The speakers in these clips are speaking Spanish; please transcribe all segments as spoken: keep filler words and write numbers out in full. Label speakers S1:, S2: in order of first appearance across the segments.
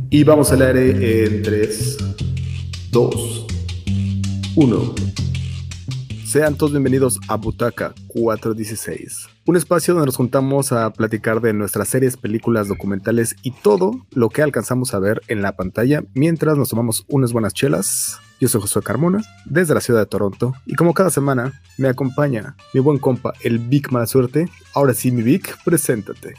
S1: Y vamos al aire en tres, dos, uno. Sean todos bienvenidos a Butaca cuatrocientos dieciséis, un espacio donde nos juntamos a platicar de nuestras series, películas, documentales y todo lo que alcanzamos a ver en la pantalla mientras nos tomamos unas buenas chelas. Yo soy Josué Carmona, desde la ciudad de Toronto, y como cada semana me acompaña mi buen compa, el Vic Mala Suerte. Ahora sí, mi Vic, preséntate.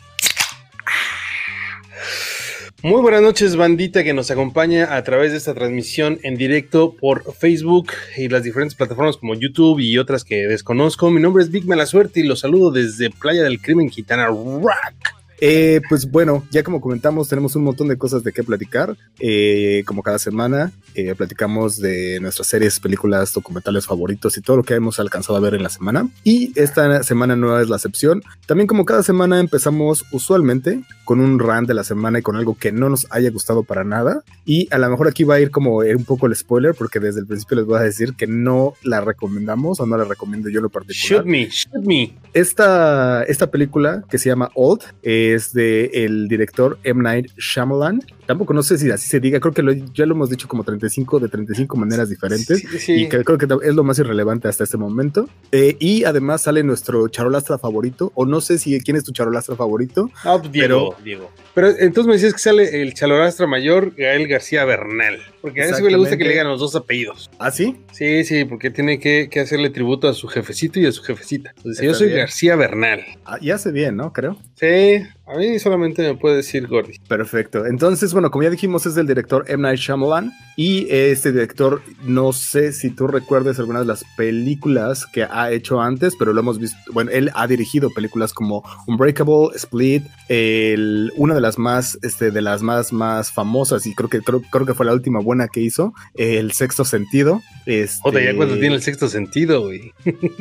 S2: Muy buenas noches, bandita que nos acompaña a través de esta transmisión en directo por Facebook y las diferentes plataformas como YouTube y otras que desconozco. Mi nombre es Vic Mala Suerte y los saludo desde Playa del Crimen, Quintana Roo.
S1: Eh, pues bueno, ya como comentamos, tenemos un montón de cosas de qué platicar. Eh, como cada semana, eh, platicamos de nuestras series, películas, documentales favoritos y todo lo que hemos alcanzado a ver en la semana. Y esta semana no es la excepción. También, como cada semana, empezamos usualmente con un rant de la semana y con algo que no nos haya gustado para nada. Y a lo mejor aquí va a ir como un poco el spoiler, porque desde el principio les voy a decir que no la recomendamos o no la recomiendo yo en lo particular.
S2: Shoot me, shoot me.
S1: Esta, esta película que se llama Old eh, es de el director M. Night Shyamalan. Tampoco no sé si así se diga, creo que lo, ya lo hemos dicho como treinta y cinco de treinta y cinco maneras diferentes,
S2: sí, sí.
S1: Y que, creo que es lo más irrelevante hasta este momento. Eh, y además sale nuestro charolastra favorito, o no sé si quién es tu charolastra favorito.
S2: Ah, pues Diego, pero, Diego. Pero entonces me decías que sale el charolastra mayor, Gael García Bernal, porque a ese güey le gusta que le digan los dos apellidos.
S1: ¿Ah, sí?
S2: Sí, sí, porque tiene que, que hacerle tributo a su jefecito y a su jefecita. Entonces, yo soy bien. García Bernal.
S1: Ah, y hace bien, ¿no? Creo.
S2: Sí, a mí solamente me puede decir Gordy.
S1: Perfecto. Entonces, bueno, como ya dijimos, es del director M. Night Shyamalan. Y este director, no sé si tú recuerdes algunas de las películas que ha hecho antes, pero lo hemos visto. Bueno, él ha dirigido películas como Unbreakable, Split, el, una de las más, este, de las más, más famosas, y creo que, creo, creo que fue la última buena que hizo, El Sexto Sentido. Este,
S2: Joder, ¿ya cuánto tiene El Sexto Sentido, güey?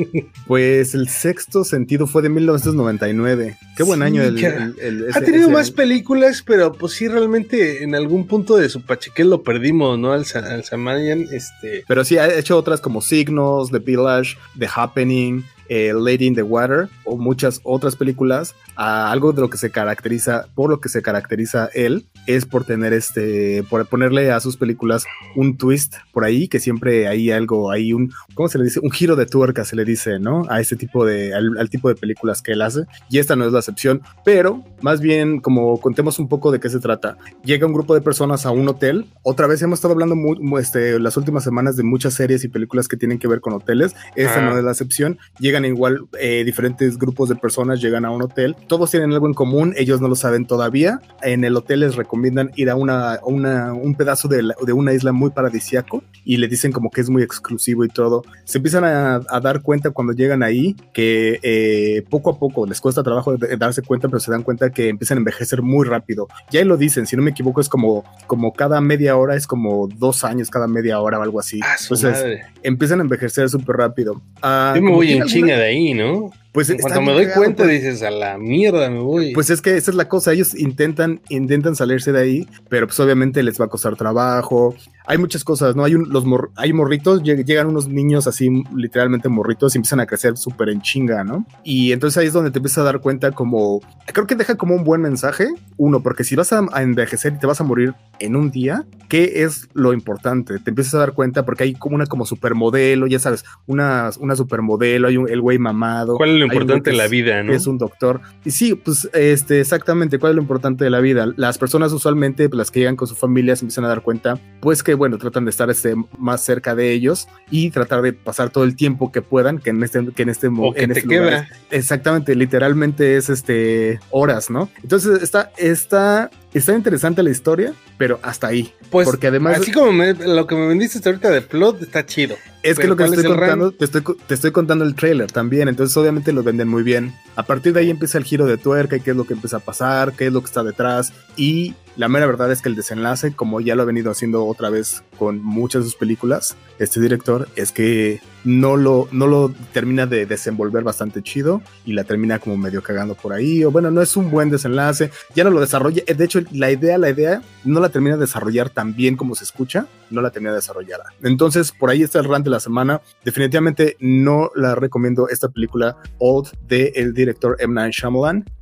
S1: Pues El Sexto Sentido fue de mil novecientos noventa y nueve. Qué buen sí, año el, el, el ese,
S2: ha tenido
S1: ese
S2: más
S1: año.
S2: Películas, pero pues sí, realmente en algún punto de su pachequel lo perdimos, ¿no? Al, al Shyamalan, este...
S1: Pero sí, ha hecho otras como Signos, The Village, The Happening, eh, Lady in the Water, o muchas otras películas. A algo de lo que se caracteriza, por lo que se caracteriza él, es por tener este, por ponerle a sus películas un twist por ahí, que siempre hay algo, hay un, ¿cómo se le dice? Un giro de tuerca se le dice, ¿no? A ese tipo de, al, al tipo de películas que él hace, y esta no es la excepción, pero más bien, como contemos un poco de qué se trata. Llega un grupo de personas a un hotel. Otra vez hemos estado hablando muy, este, las últimas semanas de muchas series y películas que tienen que ver con hoteles. Esta ah. no es la excepción. Llegan igual eh, diferentes grupos de personas, llegan a un hotel. Todos tienen algo en común, ellos no lo saben todavía. En el hotel les recomiendan ir a una, una, un pedazo de, la, de una isla muy paradisíaco y le dicen como que es muy exclusivo y todo. Se empiezan a, a dar cuenta cuando llegan ahí que eh, poco a poco les cuesta trabajo de, de darse cuenta, pero se dan cuenta que empiezan a envejecer muy rápido. Ya lo dicen, si no me equivoco, es como, como cada media hora, es como dos años cada media hora o algo así.
S2: Ah,
S1: Entonces
S2: madre.
S1: Empiezan a envejecer súper rápido. Uh,
S2: Yo me voy en alguna... chinga de ahí, ¿no?
S1: Pues
S2: en cuanto me doy cagado, cuenta, pues, dices, a la mierda me voy.
S1: Pues es que esa es la cosa, ellos intentan, intentan salirse de ahí, pero pues obviamente les va a costar trabajo. Hay muchas cosas, ¿no? Hay, un, los mor hay morritos, llegan unos niños así, literalmente morritos, y empiezan a crecer súper en chinga, ¿no? Y entonces ahí es donde te empiezas a dar cuenta como, creo que deja como un buen mensaje, uno, porque si vas a, a envejecer y te vas a morir en un día, ¿qué es lo importante? Te empiezas a dar cuenta porque hay como una como supermodelo, ya sabes, una, una supermodelo, hay un, el güey mamado.
S2: ¿Cuál es lo importante de la vida, no?
S1: Es un doctor. Y sí, pues este, exactamente, ¿cuál es lo importante de la vida? Las personas usualmente, pues, las que llegan con su familia, se empiezan a dar cuenta, pues que bueno, tratan de estar este, más cerca de ellos y tratar de pasar todo el tiempo que puedan, que en este, que en este,
S2: o que
S1: en
S2: te
S1: este
S2: queda.
S1: lugar es, exactamente, literalmente es este horas, ¿no? Entonces está, está, está interesante la historia, pero hasta ahí.
S2: Pues
S1: porque además,
S2: así como me, lo que me vendiste ahorita de plot está chido.
S1: Es que lo que estoy contando, te estoy, te estoy contando el trailer también, entonces obviamente lo venden muy bien. A partir de ahí empieza el giro de tuerca y qué es lo que empieza a pasar, qué es lo que está detrás, y la mera verdad es que el desenlace, como ya lo ha venido haciendo otra vez con muchas de sus películas, este director, es que no lo, no lo termina de desenvolver bastante chido y la termina como medio cagando por ahí, o bueno, no es un buen desenlace, ya no lo desarrolla, de hecho la idea, la idea no la termina de desarrollar tan bien como se escucha, no la termina de desarrollar. Entonces por ahí está el rant de la semana. Definitivamente no la recomiendo esta película Old de el director M. Night Shyamalan.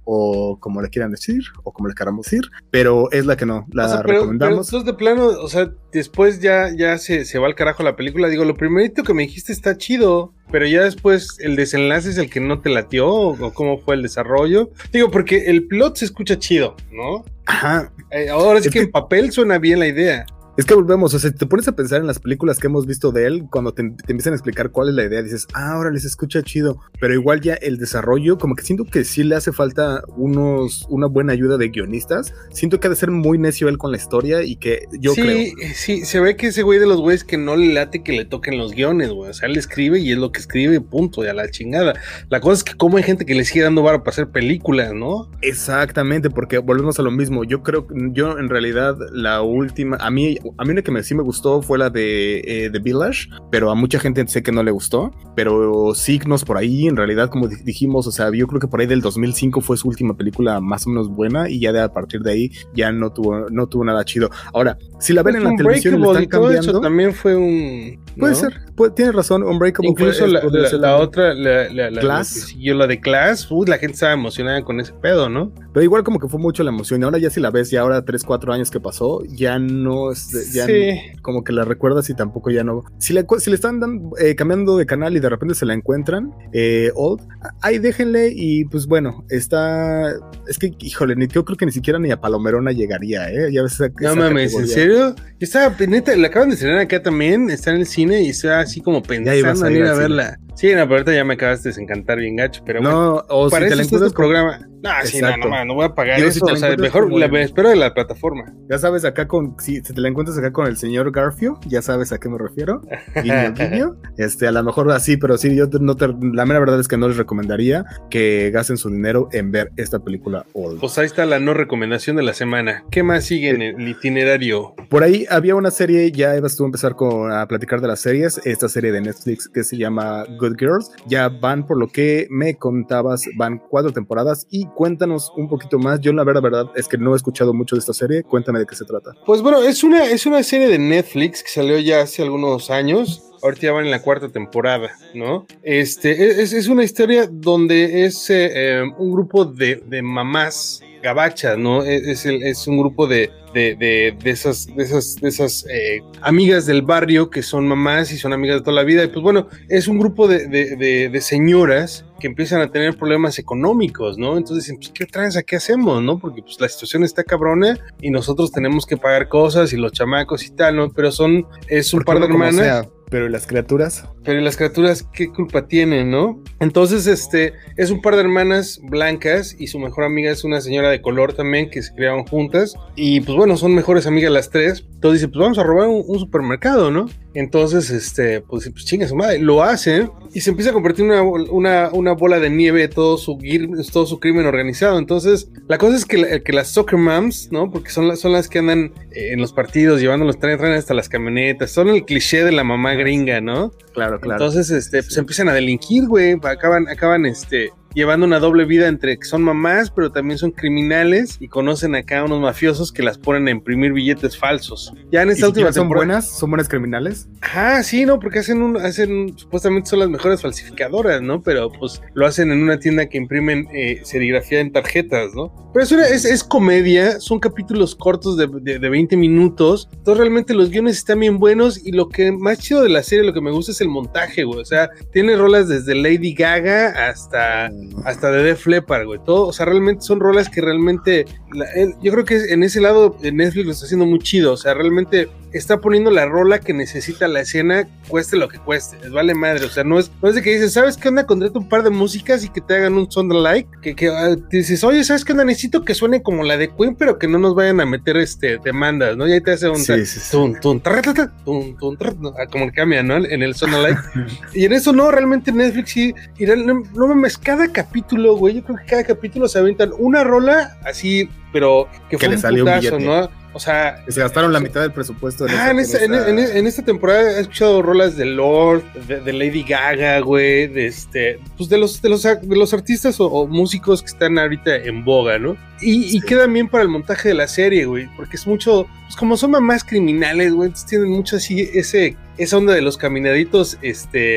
S1: o como le quieran decir, o como le queramos decir, pero es la que no, la
S2: o sea, pero,
S1: recomendamos.
S2: Pero entonces de plano, o sea, después ya, ya se, se va al carajo la película. Digo, lo primerito que me dijiste está chido, pero ya después el desenlace es el que no te latió, o cómo fue el desarrollo. Digo, porque el plot se escucha chido, ¿no?
S1: Ajá.
S2: Eh, ahora sí
S1: es
S2: que, que en papel suena bien la idea.
S1: Es que volvemos, o sea, te pones a pensar en las películas que hemos visto de él, cuando te, te empiezan a explicar cuál es la idea, dices, ah, ahora les escucha chido, pero igual ya el desarrollo, como que siento que sí le hace falta unos, una buena ayuda de guionistas, siento que ha de ser muy necio él con la historia y que yo
S2: sí,
S1: creo.
S2: Sí, sí, se ve que ese güey de los güeyes que no le late que le toquen los guiones, güey, o sea, él escribe y es lo que escribe, punto, y a la chingada. La cosa es que como hay gente que le sigue dando varo para hacer películas, ¿no?
S1: Exactamente, porque volvemos a lo mismo, yo creo, yo en realidad la última, a mí, a mí una que me, sí me gustó fue la de eh, The Village, pero a mucha gente sé que no le gustó, pero Signos por ahí, en realidad, como dijimos, o sea, yo creo que por ahí del dos mil cinco fue su última película más o menos buena, y ya de a partir de ahí ya no tuvo, no tuvo nada chido. Ahora, si la ven en la televisión y le están cambiando,
S2: eso también fue un... ¿no?
S1: Puede ser, puede, tienes razón, Unbreakable.
S2: Incluso
S1: fue,
S2: la,
S1: es,
S2: la,
S1: ser
S2: la otra, la, la, la,
S1: Glass.
S2: La que siguió, la de Glass, uy, la gente estaba emocionada con ese pedo, ¿no?
S1: Pero igual como que fue mucho la emoción, y ahora ya si la ves, ya ahora tres, cuatro años que pasó, ya no, ya
S2: sí.
S1: no, como que la recuerdas y tampoco ya no. Si le, si le están dando, eh, cambiando de canal y de repente se la encuentran, eh, old, ahí déjenle y pues bueno, está, es que, híjole, ni, yo creo que ni siquiera ni a Palomerona llegaría, ¿eh? Ya ves esa,
S2: no
S1: esa
S2: mames,
S1: categoría.
S2: ¿En serio? Yo estaba, neta, la acaban de estrenar acá también, está en el cine y está así como pensando en ir a, a verla. Sí, no, pero ahorita ya me acabas de desencantar bien gacho, pero
S1: no,
S2: bueno,
S1: o
S2: para
S1: si
S2: eso
S1: te
S2: está este programa. No, sí, no, no, no voy a pagar Digo, eso, si o sea, mejor la, me espero de la plataforma.
S1: Ya sabes, acá con, si, si te la encuentras acá con el señor Garfio, ya sabes a qué me refiero, guiño, guiño, este, a lo mejor así, pero sí, yo no te, la mera verdad es que no les recomendaría que gasten su dinero en ver esta película Old.
S2: Pues ahí está la no recomendación de la semana. ¿Qué más sigue en el itinerario?
S1: Por ahí había una serie, ya Evas, tú a empezar con, a platicar de las series, esta serie de Netflix que se llama Good Girls, ya van, por lo que me contabas, van cuatro temporadas y cuéntanos un poquito más. Yo la verdad, verdad es que no he escuchado mucho de esta serie, cuéntame de qué se trata.
S2: Pues bueno, es una, es una serie de Netflix que salió ya hace algunos años. Ahorita ya van en la cuarta temporada, ¿no? Este, es, es una historia donde es eh, eh, un grupo de, de mamás gabachas, ¿no? Es, es, el, es un grupo de, de, de, de esas, de esas, de esas eh, amigas del barrio que son mamás y son amigas de toda la vida. Y pues bueno, es un grupo de, de, de, de señoras que empiezan a tener problemas económicos, ¿no? Entonces dicen, pues, ¿qué tranza? ¿Qué hacemos, no? Porque pues la situación está cabrona y nosotros tenemos que pagar cosas y los chamacos y tal, ¿no? Pero son, es un par de hermanas. Sea,
S1: pero las criaturas.
S2: Pero las criaturas, ¿qué culpa tienen, no? Entonces, este, es un par de hermanas blancas y su mejor amiga es una señora de color también que se criaron juntas y pues bueno, son mejores amigas las tres. Entonces dice, pues vamos a robar un, un supermercado, ¿no? Entonces, este, pues, pues chinga su madre, lo hacen y se empieza a convertir en una, una, una bola de nieve todo su, todo su crimen organizado. Entonces, la cosa es que, la, que las soccer moms, ¿no? Porque son, las, son las que andan eh, en los partidos llevándolos, traen, traen hasta las camionetas, son el cliché de la mamá gringa, ¿no?
S1: Claro, claro.
S2: Entonces, este, pues empiezan a delinquir, güey, acaban, acaban, este... llevando una doble vida entre que son mamás, pero también son criminales y conocen acá a unos mafiosos que las ponen a imprimir billetes falsos. Ya en esta
S1: ¿Y
S2: última
S1: son
S2: temporada...
S1: buenas? ¿Son buenas criminales?
S2: Ah, sí, no, porque hacen un, hacen, supuestamente son las mejores falsificadoras, ¿no? Pero pues lo hacen en una tienda que imprimen eh, serigrafía en tarjetas, ¿no? Pero es, una, es, es comedia, son capítulos cortos de, de, de veinte minutos, entonces realmente los guiones están bien buenos y lo que más chido de la serie, lo que me gusta es el montaje, güey, o sea, tiene rolas desde Lady Gaga hasta... hasta de Def Leppard, güey, todo, o sea, realmente son rolas que realmente, la, el, yo creo que en ese lado Netflix lo está haciendo muy chido, o sea, realmente está poniendo la rola que necesita la escena, cueste lo que cueste, les vale madre, o sea, no es, no es de que dices, ¿sabes qué onda? Contrata un par de músicas y que te hagan un soundalike, que, que uh, dices, oye, ¿sabes qué onda? Necesito que suene como la de Queen, pero que no nos vayan a meter este demandas, ¿no? Y ahí te hace un
S1: sí, sí, sí.
S2: Tun, tun, tra, tra, tra, tun, tun, tra, como que cambia, ¿no? En el soundalike. Y en eso no, realmente Netflix sí, y no, no mames, cada capítulo, güey, yo creo que cada capítulo se aventan una rola así, pero que, que fue
S1: le
S2: un
S1: salió
S2: putazo,
S1: un
S2: ¿no? O sea,
S1: que se gastaron la mitad del presupuesto.
S2: De ah, en, esta, en, esta... En, en esta temporada he escuchado rolas de Lord, de, de Lady Gaga, güey, de este, pues de los, de los, de los artistas o, o músicos que están ahorita en boga, ¿no? Y, sí. y quedan bien para el montaje de la serie, güey, porque es mucho, pues como son mamás criminales, güey, entonces tienen mucho así ese, esa onda de los caminaditos, este,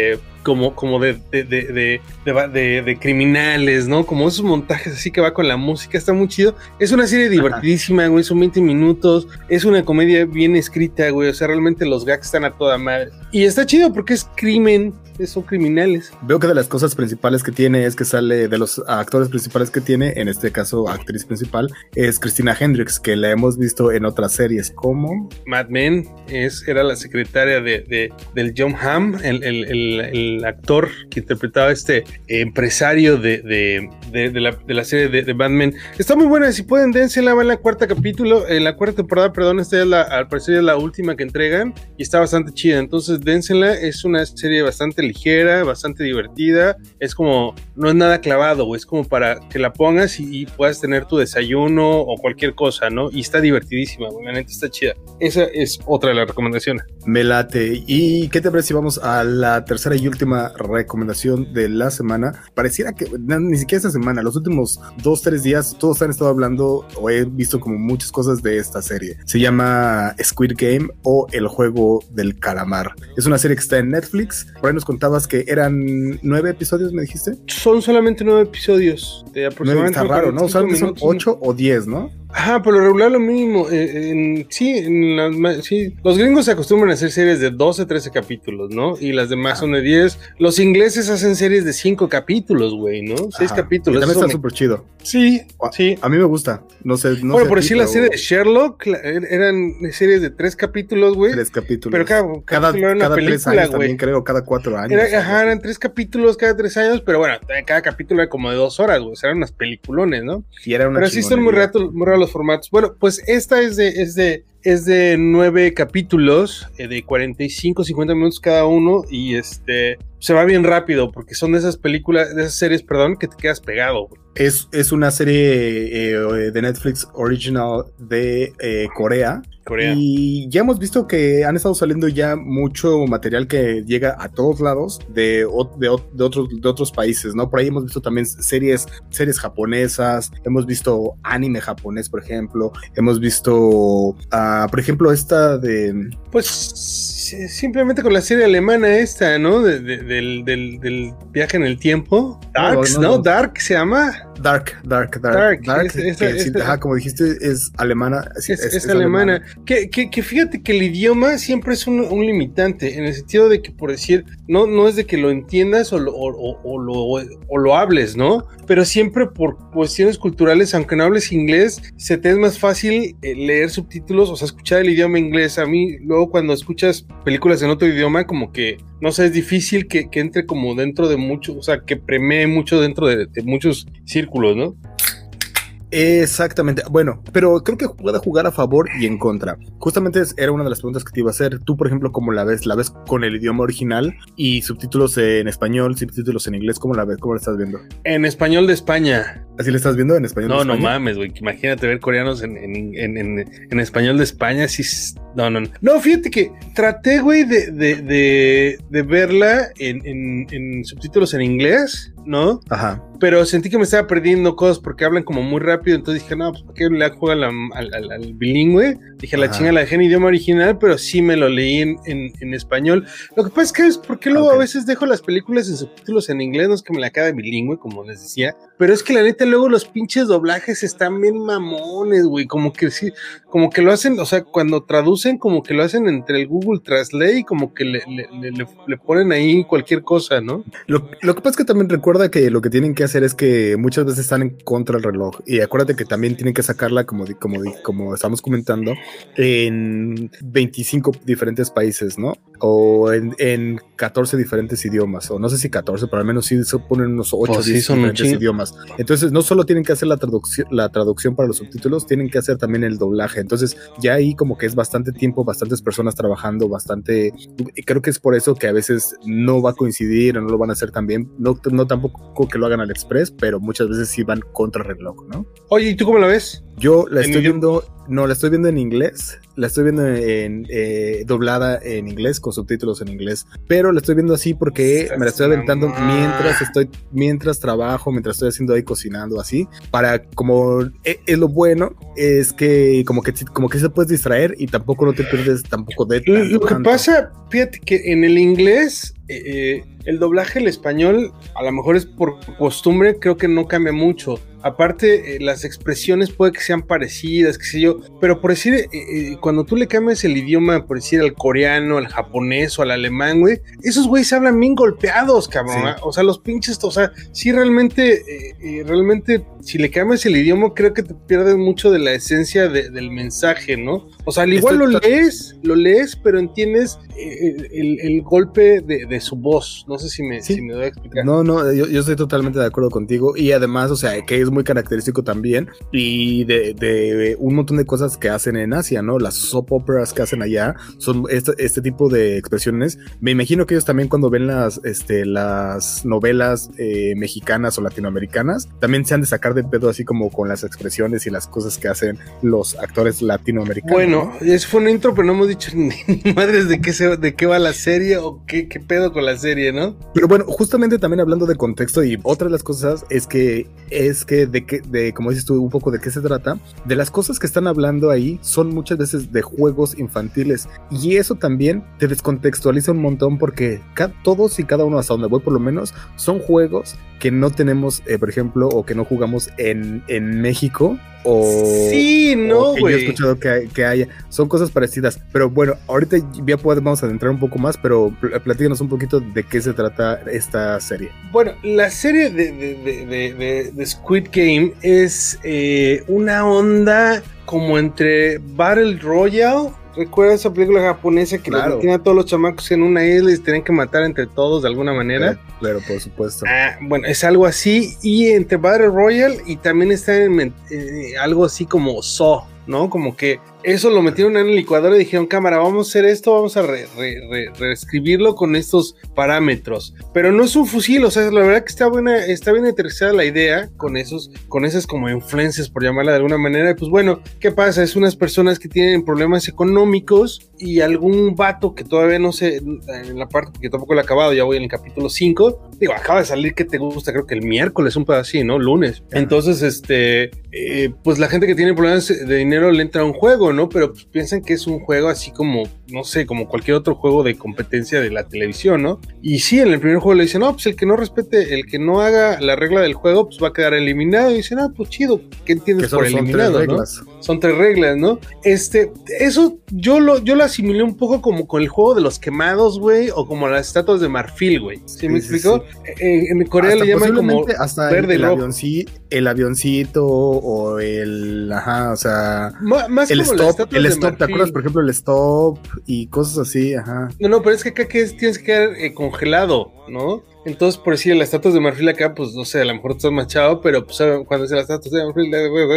S2: como, como de, de, de, de, de, de, de criminales, ¿no? Como esos montajes así que va con la música, está muy chido. Es una serie divertidísima, güey, son veinte minutos, es una comedia bien escrita, güey, o sea, realmente los gags están a toda madre. Y está chido porque es crimen, son criminales.
S1: Veo que de las cosas principales que tiene es que sale, de los actores principales que tiene, en este caso actriz principal, es Christina Hendricks, que la hemos visto en otras series como
S2: Mad Men, es, era la secretaria de, de, del John Hamm, el, el, el, el actor que interpretaba este empresario de, de, de, de, la, de la serie de, de Mad Men. Está muy buena, si pueden, dénsela, va en la cuarta capítulo, en la cuarta temporada, perdón, esta es la, al parecer es la última que entregan y está bastante chida, entonces dénsela, es una serie bastante ligera, bastante divertida, es como, no es nada clavado, güey, es como para que la pongas y, y puedas tener tu desayuno o cualquier cosa, ¿no? Y está divertidísima, güey, la neta está chida. Esa es otra de las recomendaciones.
S1: Me late. ¿Y qué te parece si vamos a la tercera y última recomendación de la semana? Pareciera que, no, ni siquiera esta semana, los últimos dos, tres días, todos han estado hablando o he visto como muchas cosas de esta serie. Se llama Squid Game o El Juego del Calamar. Es una serie que está en Netflix. Por ahí nos contabas que eran nueve episodios, ¿me dijiste?
S2: Son solamente nueve episodios. De aproximadamente
S1: está raro, ¿no? Usualmente son ocho o diez, ¿no?
S2: Ajá, por lo regular lo mínimo. Eh, en, sí, en la, sí, los gringos se acostumbran a hacer series de doce, trece capítulos, ¿no? Y las demás ah. son de diez. Los ingleses hacen series de cinco capítulos, güey, ¿no? seis capítulos.
S1: Y también está súper chido.
S2: Sí, sí.
S1: A mí me gusta. No sé. No
S2: bueno,
S1: sé
S2: por
S1: ti,
S2: decir
S1: pero...
S2: la serie de Sherlock eran series de tres capítulos, güey.
S1: Tres capítulos.
S2: Pero cada,
S1: cada,
S2: capítulo era una
S1: cada
S2: película,
S1: tres años
S2: güey.
S1: También creo, cada cuatro años.
S2: Era, ajá, eran tres capítulos cada tres años, pero bueno, cada capítulo era como de dos horas, güey. O sea, eran unas peliculones, ¿no?
S1: Sí, era una
S2: pero sí son muy raros, muy raros los formatos. Bueno, pues esta es de, es de, es de nueve capítulos, eh, de cuarenta y cinco, cincuenta minutos cada uno, y este se va bien rápido, porque son de esas películas, de esas series, perdón, que te quedas pegado.
S1: Es, es una serie eh, de Netflix original de eh, Corea.
S2: Corea.
S1: Y ya hemos visto que han estado saliendo ya mucho material que llega a todos lados de, de, de, otros, de otros países, ¿no? Por ahí hemos visto también series, series japonesas, hemos visto anime japonés, por ejemplo, hemos visto, uh, por ejemplo, esta de...
S2: Pues simplemente con la serie alemana esta, ¿no? De, de, del, del, del viaje en el tiempo. Dark, no, no, ¿no? no. Dark se llama.
S1: Dark, Dark, Dark.
S2: Dark,
S1: Dark
S2: es,
S1: que,
S2: es,
S1: que,
S2: es,
S1: sí, ajá, como dijiste, es alemana.
S2: Es, es, es, es alemana. alemana. Que, que, que fíjate que el idioma siempre es un, un limitante, en el sentido de que, por decir, no, no es de que lo entiendas o lo, o, o, o lo, o lo hables, ¿no? Pero siempre por cuestiones culturales, aunque no hables inglés, se te es más fácil eh, leer subtítulos, o sea, escuchar el idioma inglés. A mí, luego cuando escuchas películas en otro idioma, como que, no sé, es difícil que, que entre como dentro de mucho, o sea, que premee mucho dentro de, de muchos círculos, ¿no?
S1: Exactamente, bueno, pero creo que puede jugar a favor y en contra. Justamente era una de las preguntas que te iba a hacer. Tú, por ejemplo, ¿cómo la ves? ¿La ves con el idioma original y subtítulos en español, subtítulos en inglés? ¿Cómo la ves? ¿Cómo la estás viendo?
S2: En español de España.
S1: ¿Así la estás viendo en español
S2: no,
S1: de España?
S2: No, no mames, güey. Imagínate ver coreanos en, en, en, en, en español de España. Sí, no, no, no. No, fíjate que traté, güey, de, de, de, de verla en, en, en subtítulos en inglés, ¿no?
S1: Ajá.
S2: Pero sentí que me estaba perdiendo cosas porque hablan como muy rápido, entonces dije, no, pues ¿para qué le juega al, al, al bilingüe? Dije, la chinga la dejé en idioma original, pero sí me lo leí en, en, en español. Lo que pasa es que es porque luego okay. a veces dejo las películas en subtítulos en inglés, no es que me la acabe bilingüe, como les decía, pero es que la neta luego los pinches doblajes están bien mamones, güey, como que sí, como que lo hacen, o sea, cuando traducen, como que lo hacen entre el Google Translate y como que le, le, le, le ponen ahí cualquier cosa, ¿no?
S1: Lo, lo que pasa es que también recuerda que lo que tienen que hacer es que muchas veces están en contra del reloj, y acuérdate que también tienen que sacarla, como, como, como estamos comentando, en veinticinco diferentes países, ¿no? O en, en catorce diferentes idiomas, o no sé si catorce, pero al menos sí se ponen unos ocho
S2: oh, sí,
S1: diferentes idiomas. Entonces no solo tienen que hacer la traducción, la traducción para los subtítulos, tienen que hacer también el doblaje. Entonces ya ahí como que es bastante tiempo, bastantes personas trabajando, bastante, creo que es por eso que a veces no va a coincidir o no lo van a hacer tan bien, no, no tampoco que lo hagan al express, pero muchas veces sí van contra reloj, ¿no?
S2: Oye, ¿y tú cómo la ves?
S1: Yo la estoy viendo, no, la estoy viendo en inglés, la estoy viendo en eh, doblada en inglés, con subtítulos en inglés, pero la estoy viendo así porque me la estoy aventando mientras estoy, mientras trabajo, mientras estoy haciendo ahí cocinando, así, para como, es, es lo bueno, es que como que como que se puedes distraer y tampoco no te pierdes tampoco de tanto,
S2: Lo que
S1: tanto.
S2: pasa, fíjate que en el inglés eh, el doblaje, el español, a lo mejor es por costumbre, creo que no cambia mucho. Aparte, eh, las expresiones puede que sean parecidas, qué sé yo, pero por decir, eh, eh, cuando tú le cambias el idioma, por decir al coreano, al japonés o al alemán, güey, esos güeyes hablan bien golpeados, cabrón. Sí. ¿eh? O sea, los pinches, o sea, sí realmente, eh, eh, realmente, si le cambias el idioma, creo que te pierdes mucho de la esencia de, del mensaje, ¿no? O sea, al igual Estoy lo lees, lo lees, pero entiendes eh, el, el golpe de, de su voz. No sé si me, ¿Sí? si me doy a explicar.
S1: No, no, yo, yo estoy totalmente de acuerdo contigo. Y además, o sea, que es muy característico también. Y de, de un montón de cosas que hacen en Asia, ¿no? Las soap operas que hacen allá son este, este tipo de expresiones. Me imagino que ellos también, cuando ven las, este, las novelas eh, mexicanas o latinoamericanas, también se han de sacar de pedo así como con las expresiones y las cosas que hacen los actores latinoamericanos.
S2: Bueno, ¿no? Eso fue una intro, pero no hemos dicho ni, ni madres de qué, se, de qué va la serie o qué, qué pedo con la serie, ¿no?
S1: Pero bueno, justamente también hablando de contexto, y otra de las cosas es que, es que de que, de, como dices tú, un poco de qué se trata, de las cosas que están hablando ahí son muchas veces de juegos infantiles, y eso también te descontextualiza un montón, porque ca- todos y cada uno, hasta donde voy por lo menos, son juegos que no tenemos, eh, por ejemplo, o que no jugamos en, en México, o,
S2: sí, no,
S1: güey. Yo he escuchado que, que haya, son cosas parecidas, pero bueno, ahorita ya podemos adentrar un poco más, pero pl- platícanos un poquito de qué se trata esta serie.
S2: Bueno, la serie de, de, de, de, de, de Squid Game es eh, una onda como entre Battle Royale. ¿Recuerdas esa película japonesa que claro. Metían a todos los chamacos en una isla y se tenían que matar entre todos de alguna manera?
S1: Claro, claro, por supuesto.
S2: Ah, bueno, es algo así, y entre Battle Royale y también está en eh, algo así como Saw, ¿no? Como que eso lo metieron en el licuador y dijeron, cámara, vamos a hacer esto, vamos a re, re, re, reescribirlo con estos parámetros. Pero no es un fusil, o sea, la verdad que está buena, está bien aterrizada la idea con esos, con esas como influencias, por llamarla de alguna manera. Y pues bueno, ¿qué pasa? Es unas personas que tienen problemas económicos y algún vato que todavía no sé, en la parte, porque tampoco lo he acabado, ya voy en el capítulo cinco, digo, acaba de salir, ¿qué te gusta? Creo que el miércoles, un pedazo así, ¿no? Lunes. Entonces, este, eh, pues la gente que tiene problemas de dinero le entra a un juego, ¿no? Pero pues piensan que es un juego así como, no sé, como cualquier otro juego de competencia de la televisión, ¿no? Y sí, en el primer juego le dicen, no, pues el que no respete, el que no haga la regla del juego, pues va a quedar eliminado. Y dicen, ah, pues chido, ¿qué entiendes por eliminado, no? Son tres reglas, ¿no? Este, eso yo lo, yo lo asimilé un poco como con el juego de los quemados, güey, o como las estatuas de marfil, güey. ¿Sí, sí me sí, explico? Sí. En, en Corea hasta le llaman como
S1: hasta verde el, el, avioncito, el avioncito o el, ajá, o sea,
S2: M- más
S1: el
S2: como
S1: stop, el stop, ¿te acuerdas? Por ejemplo, el stop y cosas así, ajá.
S2: No, no, pero es que acá que es, tienes que quedar eh, congelado, ¿no? Entonces, por decir, las estatuas de marfil acá, pues, no sé, a lo mejor estás machado, pero pues cuando es las estatuas de marfil,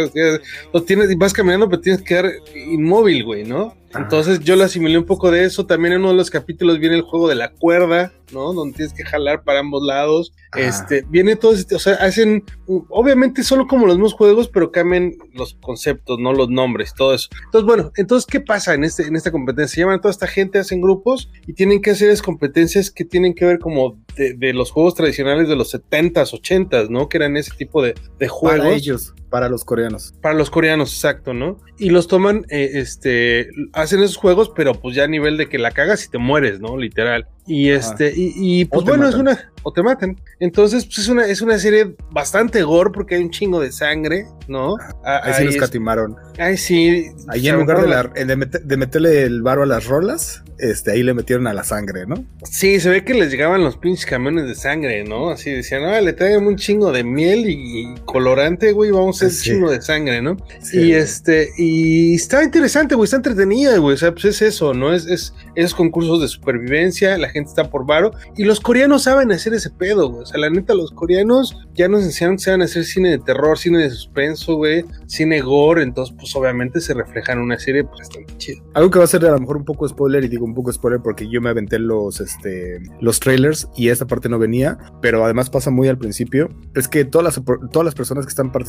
S2: lo tienes, vas caminando, pero tienes que quedar inmóvil, güey, ¿no? Entonces yo lo asimilé un poco de eso. También en uno de los capítulos viene el juego de la cuerda, ¿no? Donde tienes que jalar para ambos lados. Ah. Este, viene todo este, o sea, hacen, obviamente solo como los mismos juegos, pero cambian los conceptos, ¿no? Los nombres, todo eso. Entonces, bueno, entonces, ¿qué pasa en este, en esta competencia? Llaman a toda esta gente, hacen grupos y tienen que hacer esas competencias que tienen que ver como de, de los juegos tradicionales de los setentas, ochentas, ¿no? Que eran ese tipo de, de juegos.
S1: Para ellos, para los coreanos.
S2: Para los coreanos, exacto, ¿no? Y los toman, eh, este, hacen esos juegos, pero pues ya a nivel de que la cagas y te mueres, ¿no? Literal. Y este, Ajá. y, y pues bueno, matan. es una, o te matan. Entonces, pues es una, es una serie bastante gore porque hay un chingo de sangre, ¿no?
S1: Ah, ahí sí nos catimaron.
S2: Ay, sí.
S1: Ahí en lugar de, la, de, met, de meterle el varo a las rolas, este, ahí le metieron a la sangre, ¿no?
S2: Sí, se ve que les llegaban los pinches camiones de sangre, ¿no? Así decían, ah, le traigan un chingo de miel y, y colorante, güey, vamos a hacer sí. un chingo de sangre, ¿no? Sí. Y este, y está interesante, güey, está entretenida, güey, o sea, pues es eso, ¿no? Es, es esos concursos de supervivencia, la gente está por varo, y los coreanos saben hacer ese pedo, güey, o sea, la neta, los coreanos ya nos enseñaron que saben hacer cine de terror, cine de suspenso, güey, cine gore, entonces, pues obviamente se refleja en una serie, pues bastante chida.
S1: Algo que va a ser a lo mejor un poco spoiler, y digo un poco spoiler porque yo me aventé los, este, los trailers y esta parte no venía, pero además pasa muy al principio, es que todas las, todas las personas que están participando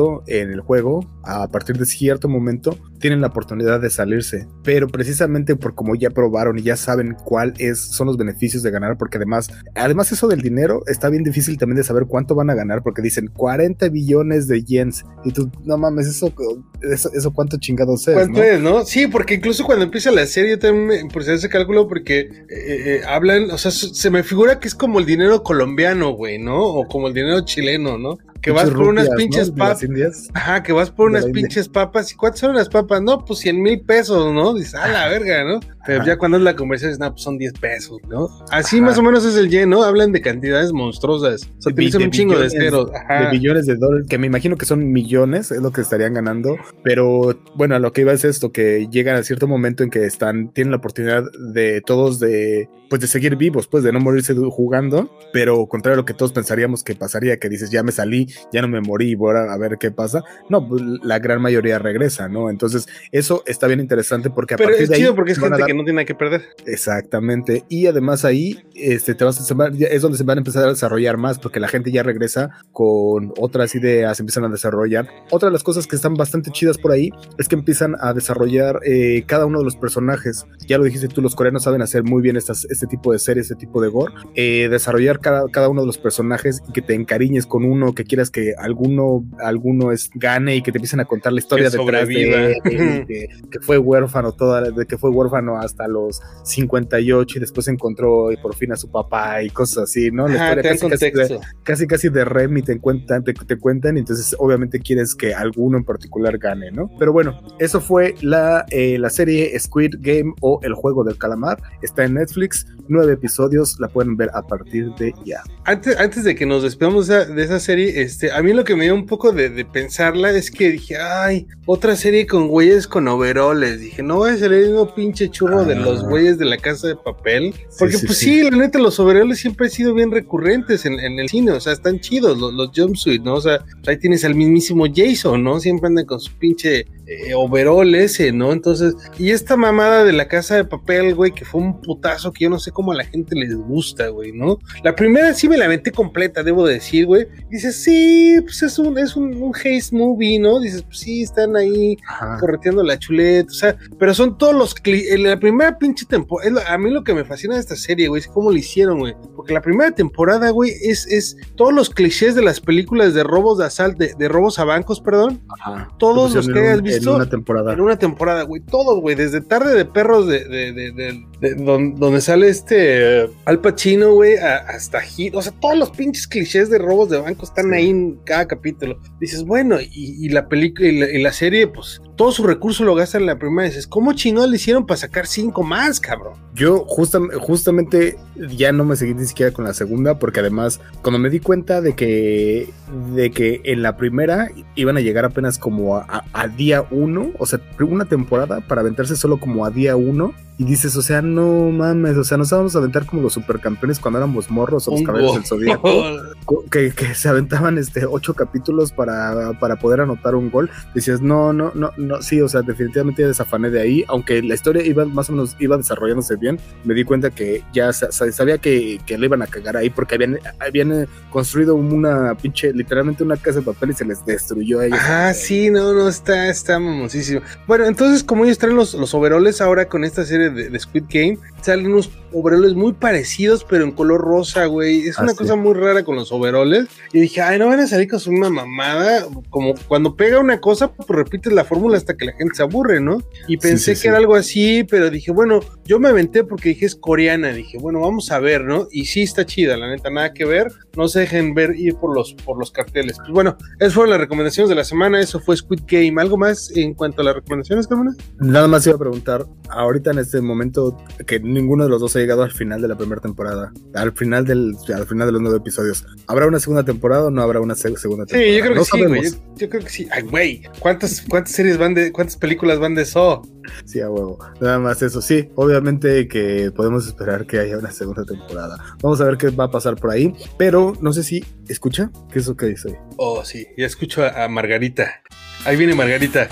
S1: jugando en el juego, a partir de cierto momento, tienen la oportunidad de salirse, pero precisamente por como ya probaron y ya saben cuál es, son los beneficios de ganar, porque además, además eso del dinero está bien difícil también de saber cuánto van a ganar, porque dicen cuarenta billones de yens, y tú, no mames, eso, eso, eso cuánto chingados es,
S2: ¿cuánto
S1: ¿no?
S2: es, no? Sí, porque incluso cuando empieza la serie, yo también me empecé ese cálculo porque eh, eh, hablan, o sea, se me figura que es como el dinero colombiano, güey, ¿no? O como el dinero chileno, ¿no? Que vas por unas pinches papas. Ajá, que vas por unas pinches papas. ¿Y cuántas son las papas? No, pues cien mil pesos, ¿no? Dices, a la verga, ¿no? Pero ya cuando es la conversación, no, pues son diez pesos, ¿no? Así Ajá. más o menos es el yen, ¿no? Hablan de cantidades monstruosas. O sea, utilizan un chingo de ceros.
S1: Ajá. De billones de dólares, que me imagino que son millones, es lo que estarían ganando. Pero bueno, a lo que iba es esto, que llegan a cierto momento en que están, tienen la oportunidad de todos de, pues de seguir vivos, pues de no morirse jugando. Pero contrario a lo que todos pensaríamos que pasaría, que dices, ya me salí, ya no me morí, voy a ver qué pasa. No, pues la gran mayoría regresa, ¿no? Entonces, eso está bien interesante porque a
S2: Pero
S1: partir
S2: es
S1: de ahí
S2: chido porque es gente
S1: dar...
S2: que no tiene nada que perder.
S1: Exactamente. Y además ahí este, te vas a, es donde se van a empezar a desarrollar más, porque la gente ya regresa con otras ideas, empiezan a desarrollar. Otra de las cosas que están bastante chidas por ahí es que empiezan a desarrollar eh, cada uno de los personajes. Ya lo dijiste tú, los coreanos saben hacer muy bien estas, este tipo de series, este tipo de gore. Eh, desarrollar cada, cada uno de los personajes y que te encariñes con uno, que quieras que alguno, alguno es, gane y que te empiecen a contar la historia
S2: que
S1: detrás de, de, de que fue huérfano toda, de que fue huérfano hasta los cincuenta y ocho y después encontró y por fin a su papá y cosas así, ¿no? La
S2: Ajá,
S1: historia casi casi, de, casi casi de Remy te cuentan, te, te cuentan, y entonces obviamente quieres que alguno en particular gane, ¿no? Pero bueno, eso fue la, eh, la serie Squid Game o El Juego del Calamar. Está en Netflix, nueve episodios, la pueden ver a partir de ya.
S2: Antes, antes de que nos despedamos de esa, de esa serie, este, a mí lo que me dio un poco de, de pensarla es que dije, ay, otra serie con güeyes con overoles. Dije, no va a ser el mismo pinche churro ah. de los güeyes de La Casa de Papel. Porque sí, sí, pues sí, sí, la neta, los overoles siempre han sido bien recurrentes en, en el cine, o sea, están chidos los, los jumpsuits, ¿no? O sea, ahí tienes al mismísimo Jason, ¿no? Siempre andan con su pinche eh, overol ese, ¿no? Entonces, y esta mamada de La Casa de Papel, güey, que fue un putazo que yo no sé cómo a la gente les gusta, güey, ¿no? La primera sí me la metí completa, debo decir, güey. Dices, sí, pues es un, es un, un haste movie, ¿no? Dices, pues sí, están ahí Ajá. correteando la chuleta, o sea, pero son todos los clichés. La primera pinche temporada, a mí lo que me fascina de esta serie, güey, es cómo lo hicieron, güey. Porque la primera temporada, güey, es, es todos los clichés de las películas de robos de asalto, de, de robos a bancos, perdón. Ajá. Todos los que hayas un, visto.
S1: En una temporada.
S2: En una temporada, güey. Todos, güey. Desde Tarde de Perros, de, de, de, de, de, de don, donde sale este uh, Al Pacino, güey, hasta Hit. O sea, todos los pinches clichés de robos de bancos están sí. ahí en cada capítulo. Dices, bueno, y, y la película y la, y la serie, pues, todo su recurso lo gastan en la primera. Dices, ¿cómo chingón le hicieron para sacar cinco más, cabrón?
S1: Yo justa, justamente ya no me seguí ni siquiera con la segunda, porque además, cuando me di cuenta de que, de que en la primera iban a llegar apenas como a, a, a día uno, o sea, una temporada para aventarse solo como a día uno, y dices, o sea, no mames, o sea, nos vamos a aventar como los supercampeones cuando éramos morros o los caballeros del Zodíaco, que, que se aventaban este ocho capítulos para, para poder anotar un gol. Decías, no, no, no, no, sí, o sea, definitivamente ya desafané de ahí, aunque la historia iba más o menos, iba desarrollándose bien, me di cuenta que ya sabía que, que le iban a cagar ahí, porque habían, habían construido una pinche, literalmente una casa de papel y se les destruyó a ellos.
S2: Ah, sí, no, no, está, está mamosísimo. Bueno, entonces, como ellos traen los, los overoles ahora con esta serie de, de Squid Game, salen unos overoles muy parecidos, pero en color rosa, güey. Es ah, una sí. cosa muy rara con los overoles. Y dije, ay, no van a salir con una mamada. Como cuando pega una cosa, pues repites la fórmula hasta que la gente se aburre, ¿no? Y pensé sí, sí, que sí. era algo así, pero dije, bueno, yo me aventé porque dije, es coreana. Dije, bueno, vamos a ver, ¿no? Y sí está chida, la neta, nada que ver. No se dejen ver, ir por los, por los carteles. Pues bueno, esas fueron las recomendaciones de la semana. Eso fue Squid Game. ¿Algo más en cuanto a las recomendaciones, Carmona?
S1: Nada más iba a preguntar, ahorita en este momento, que ninguno de los dos ha llegado al final de la primera temporada, al final del, al final de los nueve episodios. ¿Habrá una segunda temporada o no habrá una se- segunda temporada?
S2: Sí, yo creo
S1: no
S2: que sí, güey. Yo, yo creo que sí. Ay, güey, ¿cuántas, cuántas series van de, cuántas películas van de eso?
S1: Sí, a huevo. Nada más eso. Sí, obviamente que podemos esperar que haya una segunda temporada. Vamos a ver qué va a pasar por ahí. Pero no sé si escucha. ¿Qué es lo que dice?
S2: Oh, sí. Ya escucho a, a Margarita. Ahí viene Margarita.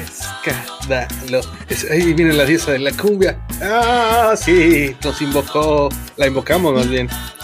S2: Escándalo. Es, ahí viene la diosa de la cumbia. Ah, sí. Nos invocó. La invocamos más bien.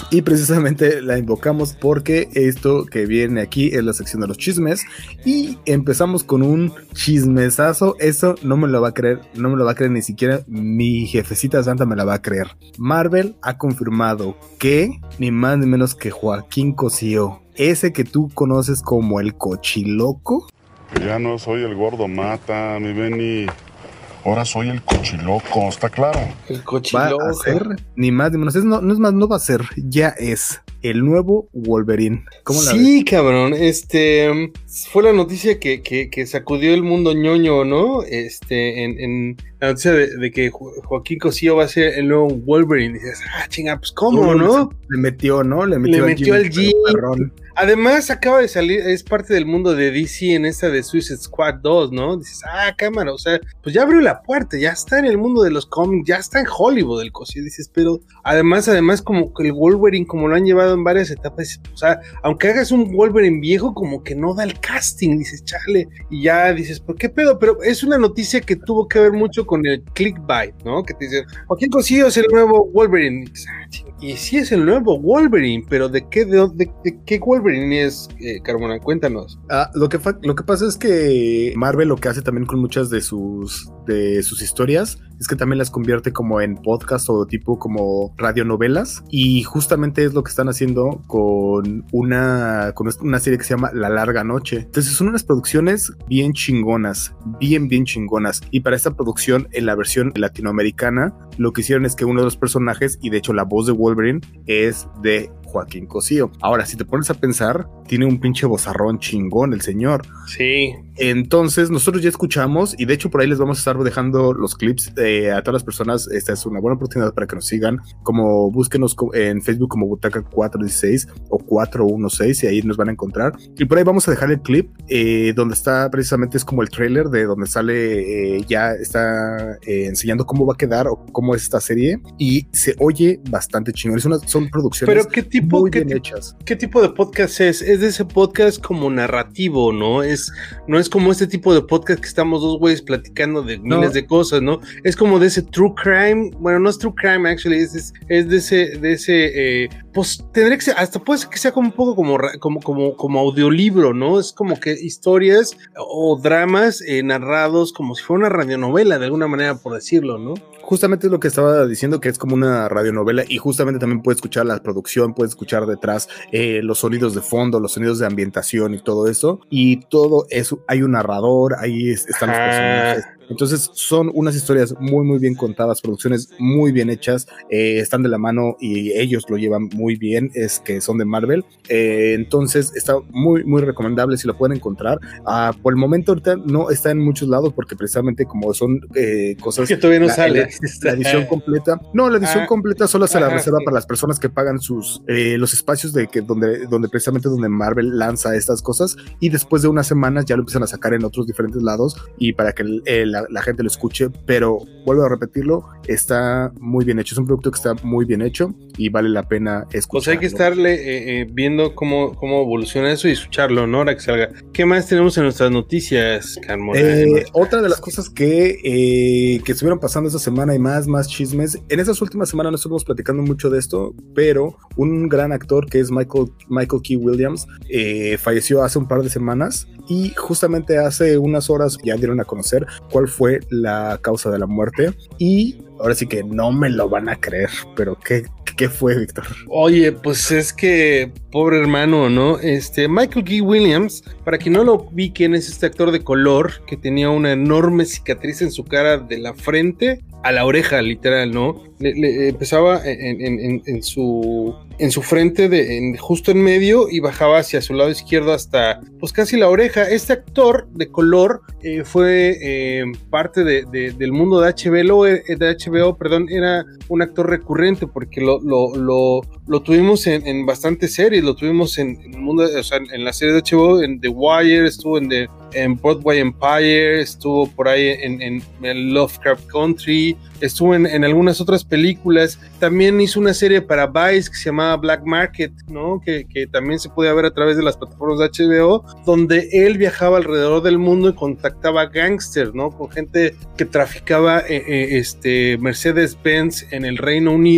S1: Y precisamente la invocamos porque esto que viene aquí es la sección de los chismes. Y empezamos con un chismesazo. Eso no me lo va a creer, no me lo va a creer ni siquiera mi jefecita santa me la va a creer. Marvel ha confirmado que ni más ni menos que Joaquín Cosío, ese que tú conoces como el Cochiloco.
S3: Ya no soy el gordo mata, mi Benny. Ahora soy el Cochiloco, ¿está claro?
S2: El Cochiloco.
S1: Va a ser, ni más ni menos, es, no, no es más, no va a ser, ya es el nuevo Wolverine. ¿Cómo la
S2: Sí,
S1: ves?
S2: cabrón, este, fue la noticia que, que, que sacudió el mundo ñoño, ¿no? Este, en, en la noticia de, de que Jo- Joaquín Cosío va a ser el nuevo Wolverine. Y dices, ah, chinga, pues cómo, ¿no?
S1: Le metió, ¿no? Le metió,
S2: Le
S1: al
S2: metió
S1: Jimmy,
S2: al Jimmy.
S1: perrón.
S2: Además, acaba de salir, es parte del mundo de D C en esta de Suicide Squad dos, ¿no? Dices, ah, cámara, o sea, pues ya abrió la puerta, ya está en el mundo de los cómics, ya está en Hollywood el Cosío. Dices, pero además, además, como que el Wolverine, como lo han llevado en varias etapas, o sea, aunque hagas un Wolverine viejo, como que no da el casting, dices, chale, y ya dices, ¿por qué pedo? Pero es una noticia que tuvo que ver mucho con el clickbait, ¿no? Que te dicen, Joaquín Cosío es el nuevo Wolverine. Y dices, ah, ching, y sí es el nuevo Wolverine, pero ¿de qué, de, de, de qué Wolverine es, eh, Carmona? Cuéntanos.
S1: Ah, lo, que fa- lo que pasa es que Marvel lo que hace también con muchas de sus, de sus historias es que también las convierte como en podcast o tipo como radionovelas, y justamente es lo que están haciendo con una, con una serie que se llama La Larga Noche. Entonces son unas producciones bien chingonas, bien bien chingonas, y para esta producción en la versión latinoamericana lo que hicieron es que uno de los personajes, y de hecho la voz de Wolverine, es de Joaquín Cosío. Ahora, si te pones a pensar, tiene un pinche vozarrón chingón el señor.
S2: Sí.
S1: Entonces, nosotros ya escuchamos, y de hecho por ahí les vamos a estar dejando los clips eh, a todas las personas. Esta es una buena oportunidad para que nos sigan, como búsquenos en Facebook como Butaca cuatro dieciséis o cuatro dieciséis, y ahí nos van a encontrar. Y por ahí vamos a dejar el clip eh, donde está precisamente, es como el trailer de donde sale, eh, ya está eh, enseñando cómo va a quedar o cómo es esta serie, y se oye bastante chingón. Es una, son producciones
S2: Pero ¿qué tipo,
S1: muy
S2: qué,
S1: bien
S2: ti-
S1: hechas.
S2: ¿qué tipo de podcast es? Es de ese podcast como narrativo, ¿no? Es, no es como este tipo de podcast que estamos dos güeyes platicando de
S1: No.
S2: miles de cosas, ¿no? Es como de ese true crime, bueno, no es true crime, actually, es, es, es de ese, de ese, eh, pues tendría que ser, hasta puede ser que sea como un poco como, ra- como, como, como audiolibro, ¿no? Es como que historias o dramas eh, narrados como si fuera una radionovela, de alguna manera, por decirlo, ¿no?
S1: Justamente es lo que estaba diciendo, que es como una radionovela, y justamente también puedes escuchar la producción, puedes escuchar detrás eh, los sonidos de fondo, los sonidos de ambientación y todo eso, y todo eso, hay un narrador, ahí es- están los
S2: Ah.
S1: personajes. Entonces son unas historias muy muy bien contadas, producciones muy bien hechas, eh, están de la mano y ellos lo llevan muy bien, es que son de Marvel. Eh, entonces está muy muy recomendable si lo pueden encontrar. Ah, por el momento ahorita no está en muchos lados porque precisamente como son eh, cosas
S2: Que todavía no
S1: la,
S2: sale.
S1: la, la edición completa, no, la edición
S2: Ah,
S1: completa solo se la
S2: ajá,
S1: reserva
S2: sí.
S1: para las personas que pagan sus eh, los espacios de que donde, donde precisamente donde Marvel lanza estas cosas, y después de unas semanas ya lo empiezan a sacar en otros diferentes lados y para que el, el, la, la gente lo escuche. Pero vuelvo a repetirlo, está muy bien hecho, es un producto que está muy bien hecho y vale la pena escucharlo.
S2: Pues hay que estarle eh, eh, viendo cómo, cómo evoluciona eso y escucharlo, ¿no? Ahora que salga. ¿Qué más tenemos en nuestras noticias, Carmona?
S1: Eh, otra de las cosas que, eh, que estuvieron pasando esta semana, y más, más chismes. En estas últimas semanas no estuvimos platicando mucho de esto, pero un gran actor que es Michael, Michael Key Williams eh, falleció hace un par de semanas, y justamente hace unas horas ya dieron a conocer cuál fue la causa de la muerte, y ahora sí que no me lo van a creer, pero ¿qué, qué fue, Víctor?
S2: Oye, pues es que, pobre hermano, ¿no? Este, Michael Key Williams, para quien no lo vi, ¿quién es este actor de color que tenía una enorme cicatriz en su cara de la frente a la oreja, literal, ¿no? Le, le empezaba en, en, en, en su en su frente, de, en, justo en medio, y bajaba hacia su lado izquierdo hasta, pues casi la oreja. Este actor de color eh, fue eh, parte de, de, del mundo de H B O, de H B O, perdón, era un actor recurrente porque lo, lo, lo, lo tuvimos en, en bastantes series, lo tuvimos en, en el mundo, o sea, en, en la serie de H B O, en The Wire, estuvo en, the, en Broadway Empire, estuvo por ahí en, en, en Lovecraft Country, estuvo en, en algunas otras películas. También hizo una serie para Vice que se llamaba Black Market, ¿no? Que, que también se podía ver a través de las plataformas de H B O, donde él viajaba alrededor del mundo y contactaba gángsters, ¿no? Con gente que traficaba eh, eh, este, Mercedes-Benz en el Reino Unido,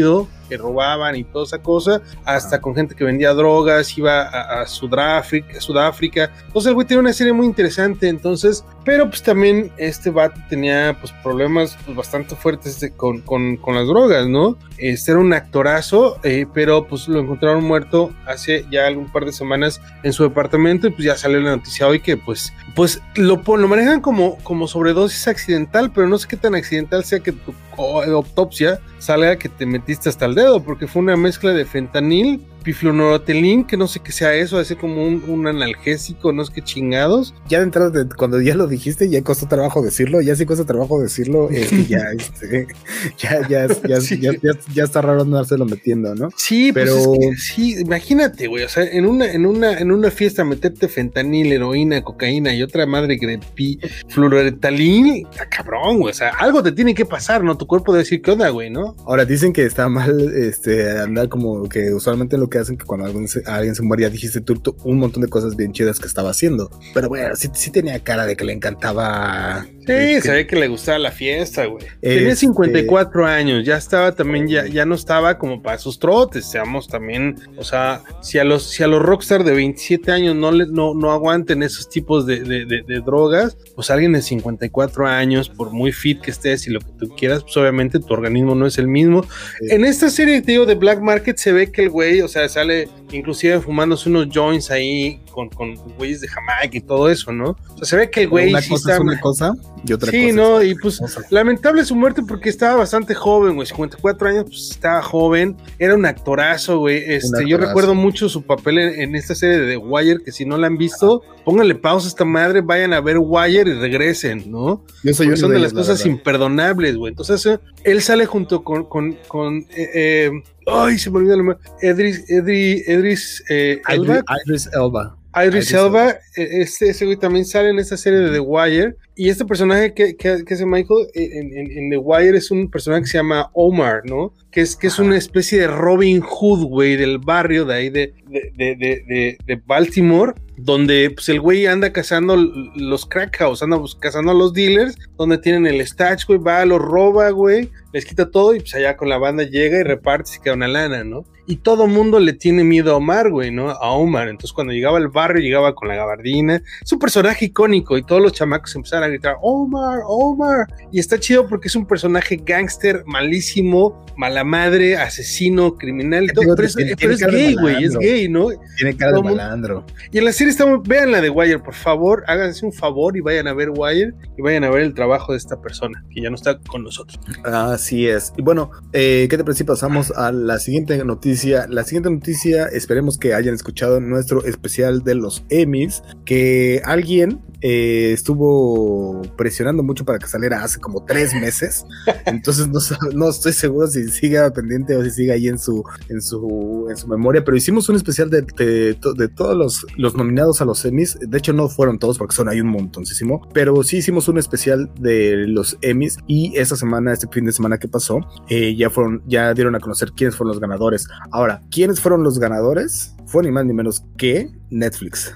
S2: que robaban y toda esa cosa, hasta ah. con gente que vendía drogas, iba a, a Sudáfrica, Sudáfrica. Entonces el güey tiene una serie muy interesante, entonces, pero pues también este vato tenía pues problemas pues, bastante fuertes de, con, con, con las drogas, ¿no? Este era un actorazo, eh, pero pues lo encontraron muerto hace ya algún par de semanas en su departamento y pues ya salió la noticia hoy que pues, pues lo, lo manejan como, como sobredosis accidental, pero no sé qué tan accidental sea que tu autopsia salga que te metiste hasta el dedo, porque fue una mezcla de fentanil, pifluorotelín, que no sé qué sea eso, hace como un, un analgésico, no sé qué chingados.
S1: Ya de entrada, de, cuando ya lo dijiste, ya costó trabajo decirlo, ya sí cuesta trabajo decirlo, es que ya, este, ya, ya, ya, sí. ya, ya, ya está raro andárselo metiendo, ¿no?
S2: Sí,
S1: pero
S2: pues es que, sí, imagínate, güey, o sea, en una, en una, en una fiesta meterte fentanil, heroína, cocaína y otra madre que de pifluorotelín, está cabrón, güey, o sea, algo te tiene que pasar, ¿no? Tu cuerpo debe decir, ¿qué onda, güey, no?
S1: Ahora, dicen que está mal, este, andar como que usualmente lo que hacen que cuando alguien se, alguien se muere, ya dijiste tú, tú un montón de cosas bien chidas que estaba haciendo, pero bueno, sí, sí tenía cara de que le encantaba.
S2: Sí,
S1: este,
S2: se ve que le gustaba la fiesta, güey. Este... Tenía cincuenta y cuatro años, ya estaba también, ya, ya no estaba como para esos trotes, seamos también, o sea, si a los, si a los rockstar de veintisiete años no, le, no, no aguanten esos tipos de, de, de, de drogas, pues alguien de cincuenta y cuatro años, por muy fit que estés y lo que tú quieras, pues obviamente tu organismo no es el mismo. Sí. En esta serie, te digo, de Black Market se ve que el güey, o sea, sale inclusive fumándose unos joints ahí con, con güeyes de Jamaica y todo eso, ¿no? O sea, se ve que el güey
S1: una
S2: sí
S1: cosa
S2: está...
S1: es una cosa y otra
S2: sí,
S1: cosa
S2: no,
S1: es
S2: y pues
S1: cosa.
S2: Lamentable su muerte porque estaba bastante joven, güey, cincuenta y cuatro años, pues estaba joven, era un actorazo, güey, este, un actorazo. Yo recuerdo mucho su papel en, en esta serie de The Wire, que si no la han visto, pónganle pausa a esta madre, vayan a ver Wire y regresen, ¿no?
S1: Yo soy
S2: son de, de
S1: ellos,
S2: las cosas imperdonables, güey, entonces eh, él sale junto con, con, con eh, eh, ay, se me olvidó el nombre, Edris, Edris, Edris, eh,
S1: Elba. Idris Elba.
S2: Idris Elba, este, ese güey también sale en esta serie de The Wire, y este personaje que, que, que hace Michael en, en, en The Wire es un personaje que se llama Omar, ¿no? Que es, que es una especie de Robin Hood, güey, del barrio de ahí de, de, de, de, de, de Baltimore, donde pues el güey anda cazando los crack house, anda pues, cazando a los dealers, donde tienen el stash, güey, va, los roba, güey, les quita todo y pues allá con la banda llega y reparte y se queda una lana, ¿no? Y todo mundo le tiene miedo a Omar, güey, ¿no? A Omar. Entonces cuando llegaba al barrio, llegaba con la gabardina. Es un personaje icónico y todos los chamacos empezaron a gritar, Omar, Omar. Y está chido porque es un personaje gángster, malísimo, mala madre, asesino, criminal. Y todo, pero es, tiene, pero tiene es gay, güey, es gay, ¿no?
S1: Tiene cara de malandro.
S2: Y en la serie estamos, vean la de Wire, por favor, háganse un favor y vayan a ver Wire y vayan a ver el trabajo de esta persona, que ya no está con nosotros.
S1: Así es. Y bueno, eh, ¿qué te parece si pasamos a la siguiente noticia? La siguiente noticia, esperemos que hayan escuchado nuestro especial de los Emmys, que alguien eh, estuvo presionando mucho para que saliera hace como tres meses, entonces no, no estoy seguro si siga pendiente o si siga ahí en su, en su, en su memoria, pero hicimos un especial de, de, de todos los, los nominados a los Emmys. De hecho no fueron todos porque son ahí un montoncísimo, pero sí hicimos un especial de los Emmys y esta semana, este fin de semana que pasó, eh, ya fueron, ya dieron a conocer quiénes fueron los ganadores. Ahora, ¿quiénes fueron los ganadores? Fue ni más ni menos que Netflix.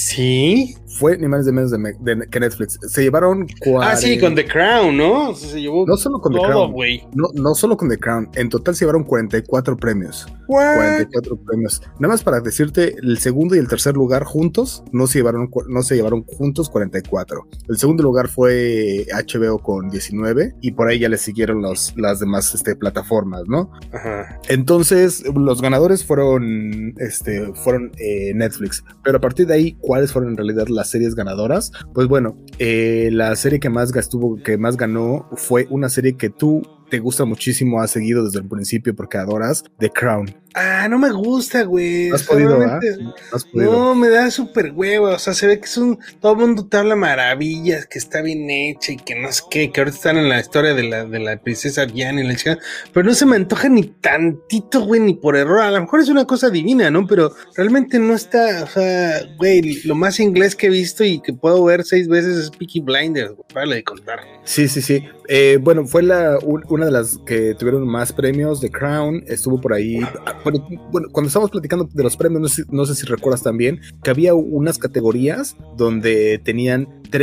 S2: ¿Sí?
S1: Fue ni más ni menos de, de, que Netflix. Se llevaron cuarenta...
S2: Ah, sí, con The Crown, ¿no? O sea, se llevó
S1: no solo con
S2: todo,
S1: The Crown,
S2: güey.
S1: No, no solo con The Crown. En total se llevaron cuarenta y cuatro premios.
S2: What?
S1: cuarenta y cuatro premios. Nada más para decirte, el segundo y el tercer lugar juntos no se llevaron, no se llevaron juntos cuarenta y cuatro. El segundo lugar fue H B O con diecinueve y por ahí ya le siguieron los, las demás este, plataformas, ¿no?
S2: Ajá.
S1: Entonces, los ganadores fueron, este, fueron eh, Netflix. Pero a partir de ahí, ¿cuáles fueron en realidad las series ganadoras? Pues bueno, eh, la serie que más, gastuvo, que más ganó fue una serie que tú te gusta muchísimo, has seguido desde el principio porque adoras, The Crown.
S2: Ah, no me gusta, güey.
S1: ¿No has podido, ¿ah? ¿No has podido?
S2: No, me da súper huevo. O sea, se ve que es un... Todo el mundo te habla maravillas, que está bien hecha y que no sé qué, que ahorita están en la historia de la, de la princesa Diana y la chica, pero no se me antoja ni tantito, güey, ni por error. A lo mejor es una cosa divina, ¿no? Pero realmente no está, o sea, güey, lo más inglés que he visto y que puedo ver seis veces es Peaky Blinders, güey, para de contar.
S1: Sí, sí, sí. Eh, bueno, fue la un, una de las que tuvieron más premios. The Crown estuvo por ahí. Bueno, bueno, cuando estábamos platicando de los premios, no sé, no sé si recuerdas también que había unas categorías donde tenían tre,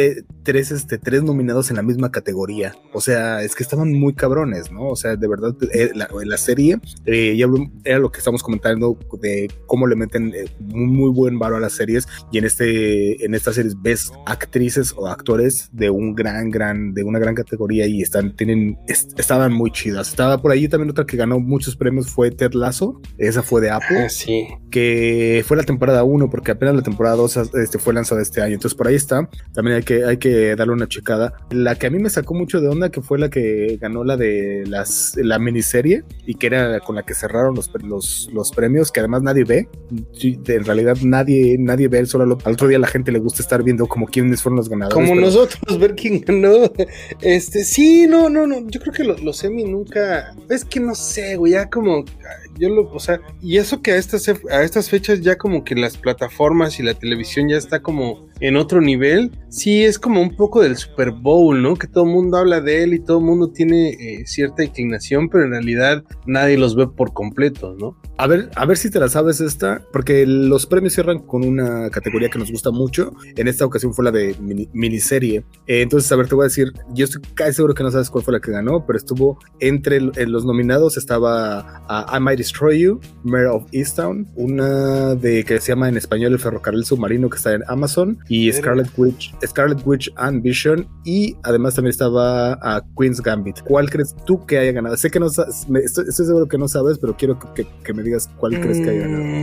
S1: tres, este, tres nominados en la misma categoría. O sea, es que estaban muy cabrones, ¿no? O sea, de verdad, eh, la, la serie, eh, ya era lo que estamos comentando de cómo le meten eh, muy, muy buen varo a las series, y en este, en estas series ves actrices o actores de un gran, gran, de una gran categoría, y están, tienen, est- estaban muy chidas. Estaba por ahí también otra que ganó muchos premios, fue Ted Lasso, esa fue de Apple,
S2: Ah, sí.
S1: que fue la temporada uno, porque apenas la temporada dos este, fue lanzada este año, entonces por ahí está, también hay que, hay que darle una checada. La que a mí me sacó mucho de onda, que fue la que ganó la de las, la miniserie, y que era con la que cerraron los, los, los premios, que además nadie ve, en realidad nadie, nadie ve, solo lo, al otro día la gente le gusta estar viendo como quiénes fueron los ganadores.
S2: Como
S1: pero...
S2: nosotros, ver quién ganó. Este, sí, no, no, no, yo creo que los, los Emmy nunca, es que no sé, güey, ya como, yo lo, o sea, y eso que a estas, a estas fechas ya como que las plataformas y la televisión ya está como en otro nivel, sí es como un poco del Super Bowl, ¿no? Que todo el mundo habla de él y todo el mundo tiene eh, cierta inclinación, pero en realidad nadie los ve por completo, ¿no?
S1: A ver, a ver si te la sabes esta, porque los premios cierran con una categoría que nos gusta mucho. En esta ocasión fue la de mini, miniserie. Eh, entonces, a ver, te voy a decir, yo estoy casi seguro que no sabes cuál fue la que ganó, pero estuvo entre en los nominados, estaba uh, I Might Destroy You, Mare of Easttown, una de que se llama en español El Ferrocarril Submarino, que está en Amazon, y Scarlet Witch, Scarlet Witch and Vision, y además también estaba a uh, Queen's Gambit. ¿Cuál crees tú que haya ganado? Sé que no sabes, estoy, estoy seguro que no sabes, pero quiero que, que, que me digas cuál mm, crees que haya ganado.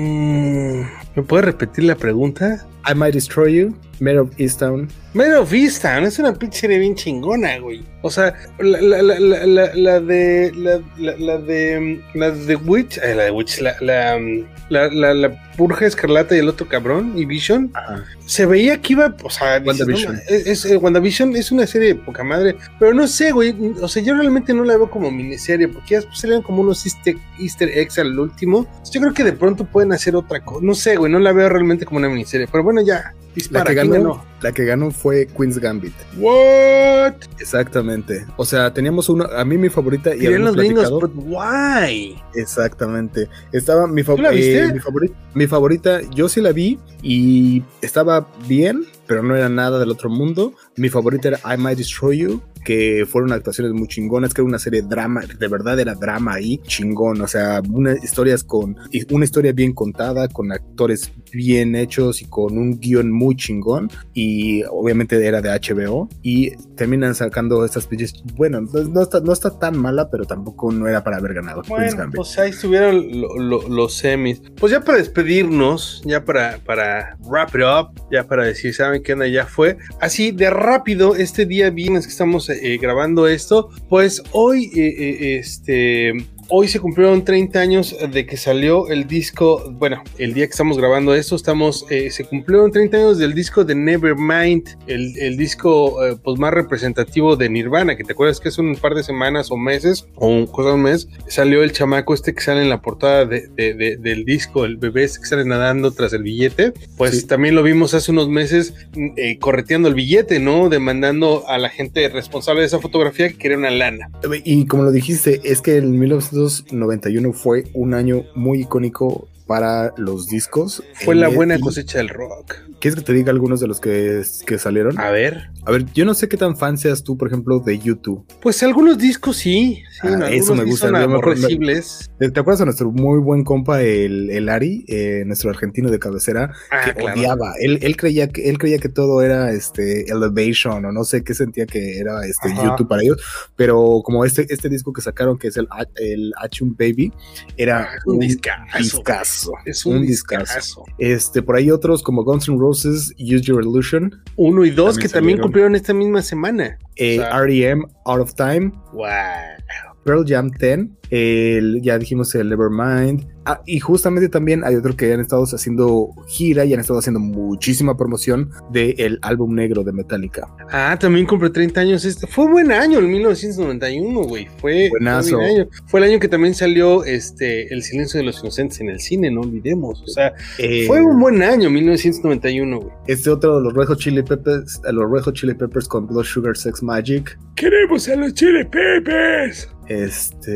S2: ¿Me puedes repetir la pregunta?
S1: I Might Destroy You, Mare of Easttown.
S2: Mare of Easttown es una pinche serie bien chingona, güey. O sea, la, la, la, la, la, la de la, la, la de la de Witch, eh, la de Witch, la, la, la, la, la Purga Escarlata y el otro cabrón, y Vision. Ajá. Se veía que iba, o sea,
S1: WandaVision.
S2: No, es, es, eh, WandaVision es una serie de poca madre, pero no sé, güey, o sea, yo realmente no la veo como miniserie, porque ya después salieron como unos easter, easter eggs al último. Yo creo que de pronto pueden hacer otra cosa, no sé, güey, no la veo realmente como una miniserie, pero bueno, ya. Dispara,
S1: la, que ganó, ganó? la que ganó fue Queen's Gambit.
S2: What?
S1: Exactamente. O sea, teníamos una, a mí mi favorita y
S2: los gringos, but why?
S1: Exactamente. Estaba mi, fa-
S2: ¿Tú la viste?
S1: Eh, mi favorita, mi favorita, yo sí la vi y estaba bien, pero no era nada del otro mundo. Mi favorita era I Might Destroy You, que fueron actuaciones muy chingonas, que era una serie de drama, de verdad era drama ahí, chingón, o sea, una, historias con, una historia bien contada, con actores bien hechos y con un guión muy chingón, y obviamente era de H B O, y terminan sacando estas pinches, bueno, no, no, está, no está tan mala, pero tampoco no era para haber ganado.
S2: Bueno, pues ahí estuvieron lo, lo, los semis. Pues ya para despedirnos, ya para, para wrap it up, ya para decir, ¿saben qué onda? Ya fue. Así de rápido, este día viernes que estamos eh, grabando esto, pues hoy, eh, eh, este... Hoy se cumplieron treinta años de que salió el disco, bueno, el día que estamos grabando esto, estamos, eh, se cumplieron treinta años del disco de Nevermind, el, el disco eh, pues más representativo de Nirvana, que te acuerdas que hace un par de semanas o meses, o un, cosa un mes, salió el chamaco este que sale en la portada de, de, de, del disco, el bebé este que sale nadando tras el billete, pues sí. También lo vimos hace unos meses eh, correteando el billete, ¿no? Demandando a la gente responsable de esa fotografía que quería una lana.
S1: Y como lo dijiste, es que en mil novecientos noventa y uno fue un año muy icónico para los discos.
S2: Fue la buena cosecha del rock.
S1: ¿Quieres que te diga algunos de los que, que salieron?
S2: A ver.
S1: A ver, yo no sé qué tan fan seas tú, por ejemplo, de U dos.
S2: Pues algunos discos sí. sí
S1: ah,
S2: no,
S1: eso me gusta.
S2: Son aborrecibles.
S1: ¿Te acuerdas de nuestro muy buen compa, el, el Ari, eh, nuestro argentino de cabecera, ah, que claro. odiaba? Él, él, creía que, él creía que todo era este Elevation o no sé qué sentía que era este U dos para ellos, pero como este, este disco que sacaron, que es el, el Achum Baby, era
S2: ah, un, un discazo.
S1: discazo.
S2: Es un, un discazo. discazo.
S1: Este, por ahí otros como Guns N' Roses, Use Your Illusion.
S2: Uno y dos también que salieron. También cumplieron esta misma semana.
S1: Eh, o sea, R E M, Out of Time.
S2: Wow.
S1: Pearl Jam diez, el, ya dijimos el Nevermind. Ah, y justamente también hay otro que han estado haciendo gira y han estado haciendo muchísima promoción del álbum negro de Metallica.
S2: Ah, también cumple treinta años. Este fue buen año, el mil novecientos noventa y uno, güey. Fue,
S1: Buenazo.
S2: fue, año. fue el año que también salió este El Silencio de los Inocentes en el cine, no olvidemos. O sea, eh, fue un buen año, mil novecientos noventa y uno, güey.
S1: Este otro de los Red Hot Chili Peppers, los Red Hot Chili Peppers con Blood Sugar Sex Magic.
S2: ¡Queremos a los Chili Peppers!
S1: Este, puta,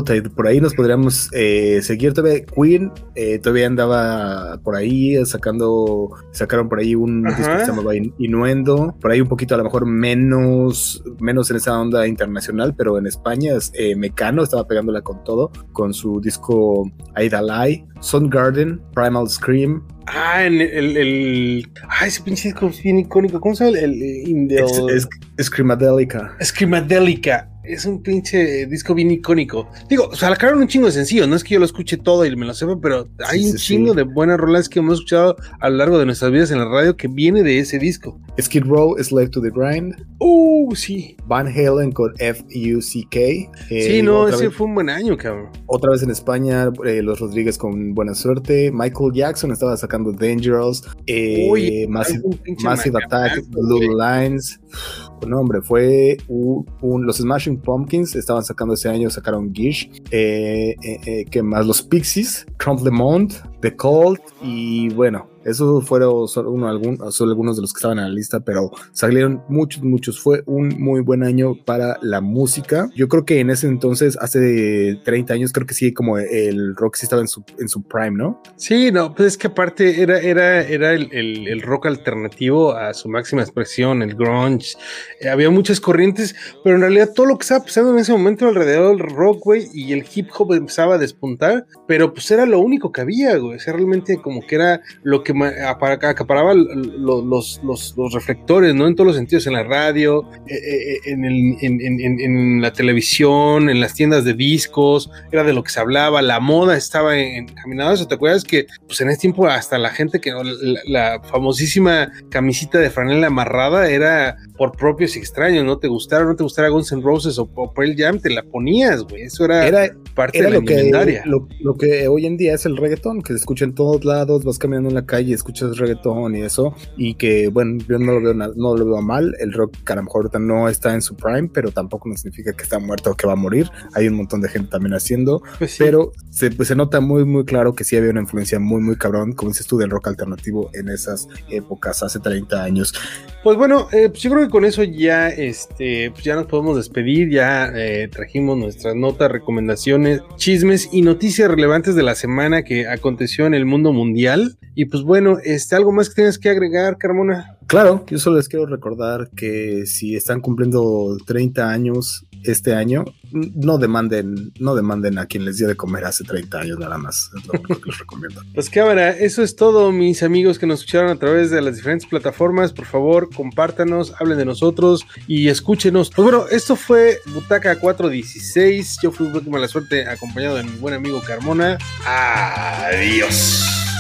S1: puta, por ahí nos podríamos eh, seguir todavía. Queen eh, todavía andaba por ahí sacando, sacaron por ahí un
S2: Ajá.
S1: disco que se llamaba Innuendo, por ahí un poquito a lo mejor menos, menos en esa onda internacional, pero en España eh, Mecano estaba pegándola con todo, con su disco Ida Lie, Soundgarden, Primal Scream.
S2: Ah, en el, el, el... Ah, ese pinche disco es bien icónico. ¿Cómo se llama? El, el, el,
S1: Es, es, Screamadelica.
S2: Screamadelica. Es un pinche disco bien icónico. Digo, o sea, sacaron un chingo de sencillo. No es que yo lo escuche todo y me lo sepa, pero hay sí, un sí, chingo sí. de buenas rolas que hemos escuchado a lo largo de nuestras vidas en la radio que viene de ese disco.
S1: Skid Row, Slave to the Grind.
S2: Uh, sí.
S1: Van Halen con F U C K. Eh,
S2: sí, no, ese vez, fue un buen año, cabrón.
S1: Otra vez en España, eh, Los Rodríguez con Buena Suerte. Michael Jackson estaba sacando Dangerous. Eh, Uy, Massive, Massive Attack, Blue Lines. No, hombre, fue un, un, los Smashing Pumpkins estaban sacando ese año, sacaron Gish, eh, eh, eh, ¿qué más? Los Pixies, Trump Le Monde, The Cult, y bueno, esos fueron solo, uno, algún, solo algunos de los que estaban en la lista, pero salieron muchos, muchos. Fue un muy buen año para la música. Yo creo que en ese entonces, hace treinta años, creo que sí, como el rock sí estaba en su, en su prime, ¿no?
S2: Sí, no, pues es que aparte era, era, era el, el, el rock alternativo a su máxima expresión, el grunge. Eh, había muchas corrientes, pero en realidad todo lo que estaba pasando en ese momento alrededor del rock, güey, y el hip hop empezaba a despuntar, pero pues era lo único que había, güey. O sea, realmente como que era lo que acaparaba los, los, los, los reflectores, ¿no? En todos los sentidos, en la radio, eh, en, el, en, en, en la televisión, en las tiendas de discos, era de lo que se hablaba, la moda estaba encaminada. ¿Te acuerdas que pues en ese tiempo hasta la gente que la, la famosísima camisita de franela amarrada era por propios y extraños, ¿no? Te gustara o no te gustara Guns N' Roses o, o Pearl Jam, te la ponías, güey. Eso era,
S1: era
S2: parte
S1: era
S2: de la
S1: lo que,
S2: indumentaria.
S1: Lo, lo que hoy en día es el reggaetón, que se escucha en todos lados, vas caminando en la calle y escuchas reggaetón y eso, y que bueno, yo no lo veo nada, no lo veo mal. El rock que a lo mejor ahorita no está en su prime, pero tampoco no significa que está muerto o que va a morir. Hay un montón de gente también haciendo, pues sí. Pero se, pues se nota muy muy claro que sí había una influencia muy muy cabrón, como dices tú, del rock alternativo en esas épocas, hace treinta años.
S2: Pues bueno, eh, pues yo creo que con eso ya, este, pues ya nos podemos despedir. Ya eh, trajimos nuestras notas, recomendaciones, chismes y noticias relevantes de la semana que aconteció en el mundo mundial. Y pues bueno, este, ¿algo más que tienes que agregar, Carmona?
S1: Claro, yo solo les quiero recordar que si están cumpliendo treinta años este año, no demanden, no demanden a quien les dio de comer hace treinta años, nada más. Es lo único que les recomiendo.
S2: Pues cámara, eso es todo, mis amigos que nos escucharon a través de las diferentes plataformas. Por favor, compártanos, hablen de nosotros y escúchenos. Pues bueno, esto fue Butaca cuatrocientos dieciséis. Yo fui Mala Suerte, acompañado de mi buen amigo Carmona. Adiós.